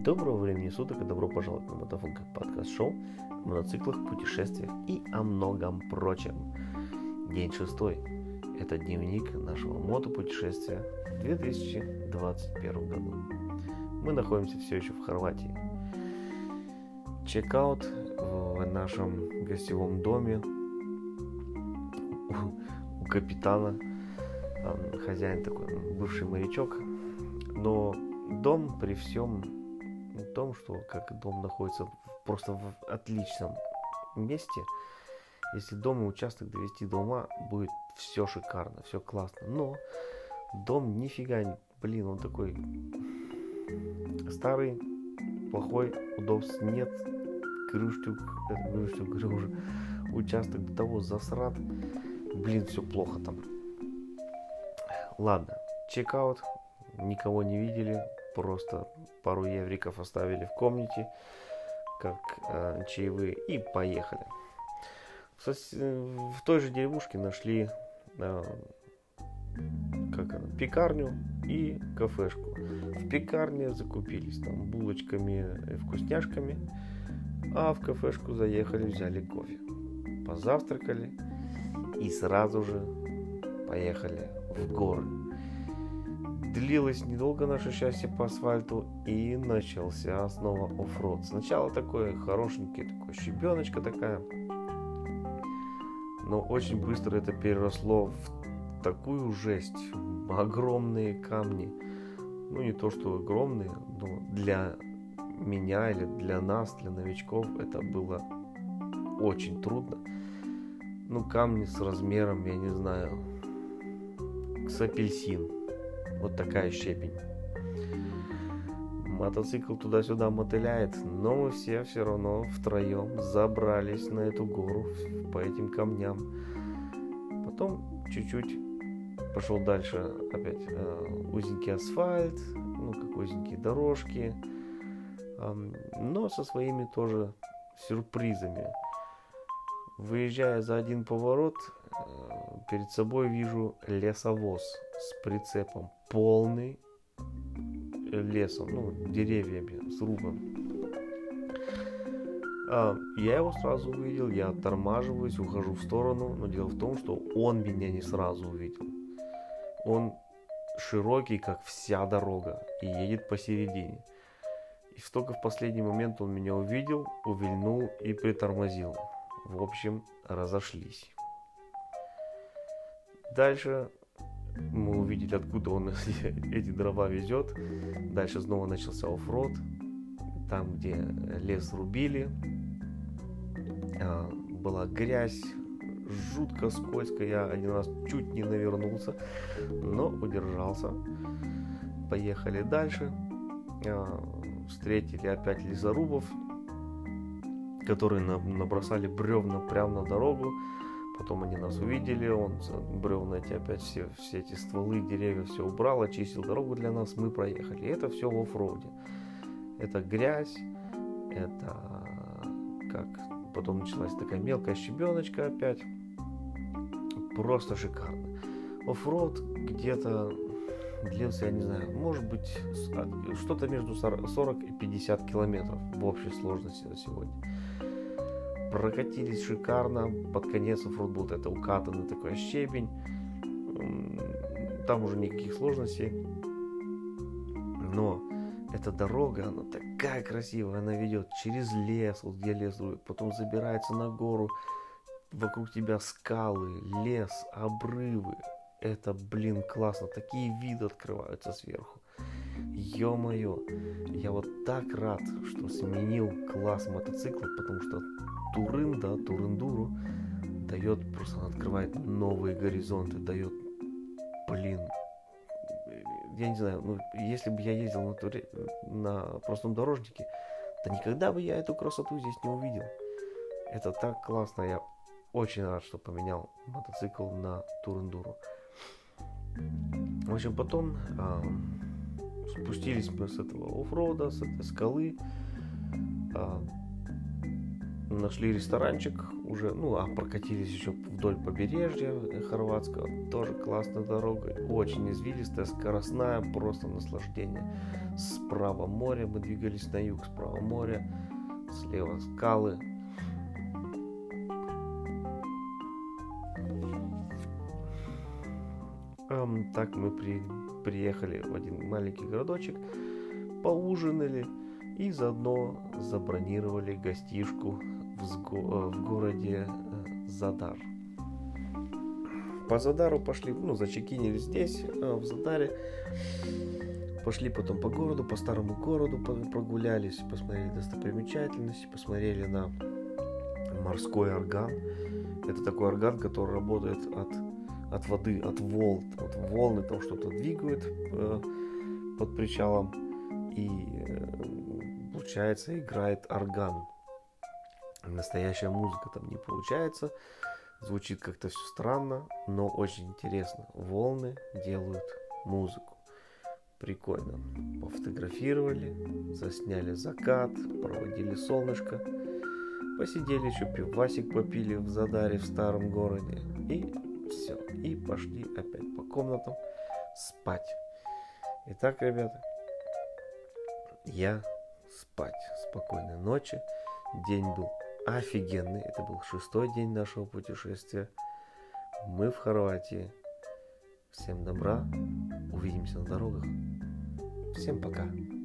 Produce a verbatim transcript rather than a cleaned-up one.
Доброго времени суток и добро пожаловать на Мотофонках подкаст-шоу о мотоциклах, путешествиях и о многом прочем. День шестой. Это дневник нашего мотопутешествия в две тысячи двадцать первом году. Мы находимся все еще в Хорватии. Чекаут в нашем гостевом доме у капитана. Хозяин такой, бывший морячок. Но дом при всем том, что как дом находится просто в отличном месте, если дом и участок довести до ума, будет все шикарно, все классно. Но дом нифига, блин, он такой старый, плохой, удобств нет, крыштюк, крыштюк, говорю уже, участок до того засрат, блин, все плохо там. Ладно, чекаут, никого не видели, просто пару евриков оставили в комнате, как э, чаевые, и поехали. В, в той же деревушке нашли э, как она, пекарню и кафешку. В пекарне закупились там булочками и вкусняшками, а в кафешку заехали, взяли кофе, позавтракали и сразу же поехали в горы. Длилось недолго наше счастье по асфальту, и начался снова оффроуд. Сначала такой хорошенький, такой щебеночка такая, но очень быстро это переросло в такую жесть. Огромные камни, ну не то что огромные, но для меня или для нас, для новичков, это было очень трудно. Ну, камни с размером, я не знаю, с апельсин. Вот такая щебень. Мотоцикл туда-сюда мотыляет, но мы все все равно втроем забрались на эту гору по этим камням. Потом чуть-чуть пошел дальше, опять э, узенький асфальт, ну как узенькие дорожки, э, но со своими тоже сюрпризами. Выезжая за один поворот, э, перед собой вижу лесовоз с прицепом, полный лесом, ну, деревьями, срубом. А, я его сразу увидел, я оттормаживаюсь, ухожу в сторону, но дело в том, что он меня не сразу увидел. Он широкий, как вся дорога, и едет посередине. И только в последний момент он меня увидел, увильнул и притормозил. В общем, разошлись. Дальше мы увидели, откуда он эти дрова везет. Дальше снова начался оффроуд. Там, где лес рубили, была грязь, жутко скользко. Я один раз чуть не навернулся, но удержался. Поехали дальше. Встретили опять лесорубов, которые набросали бревна прямо на дорогу. Потом они нас увидели, он бревна эти опять все, все эти стволы, деревья все убрал, очистил дорогу для нас, мы проехали. И это все в оффроуде. Это грязь, это как потом началась такая мелкая щебеночка опять. Просто шикарно. Оффроуд где-то длился, я не знаю, может быть что-то между сорок и пятьдесят километров в общей сложности на сегодня. Прокатились шикарно, под конец оффроуд был это укатанный такой щебень, там уже никаких сложностей, но эта дорога, она такая красивая, она ведет через лес, вот где лес, потом забирается на гору, вокруг тебя скалы, лес, обрывы, это, блин, классно, такие виды открываются сверху. Ё-моё, я вот так рад, что сменил класс мотоцикла, потому что Турын, да, Турэндуро дает, просто открывает новые горизонты, дает, блин, я не знаю, ну, если бы я ездил на, туре, на простом дорожнике, то никогда бы я эту красоту здесь не увидел. Это так классно, я очень рад, что поменял мотоцикл на Турэндуро. В общем, потом а, спустились мы с этого оффроуда, с этой скалы, а, нашли ресторанчик уже, ну, а прокатились еще вдоль побережья хорватского, тоже классная дорога, очень извилистая, скоростная, просто наслаждение. Справа море, мы двигались на юг, справа море, слева скалы. Эм, так мы при, приехали в один маленький городочек, поужинали и заодно забронировали гостишку в, сго- в городе Задар. По Задару пошли, ну, зачекинили здесь, в Задаре. Пошли потом по городу, по старому городу прогулялись, посмотрели достопримечательности, посмотрели на морской орган. Это такой орган, который работает от, от воды, от волн. Вот волны там что-то двигают э, под причалом, и э, получается играет орган. Настоящая музыка там не получается. Звучит как-то все странно, но очень интересно. Волны делают музыку. Прикольно. Пофотографировали, засняли закат, проводили солнышко. Посидели еще, пивасик попили в Задаре, в старом городе. И все. И пошли опять по комнатам спать. Итак, ребята, я спать. Спокойной ночи. День был офигенный. Это был шестой день нашего путешествия. Мы в Хорватии. Всем добра. Увидимся на дорогах. Всем пока.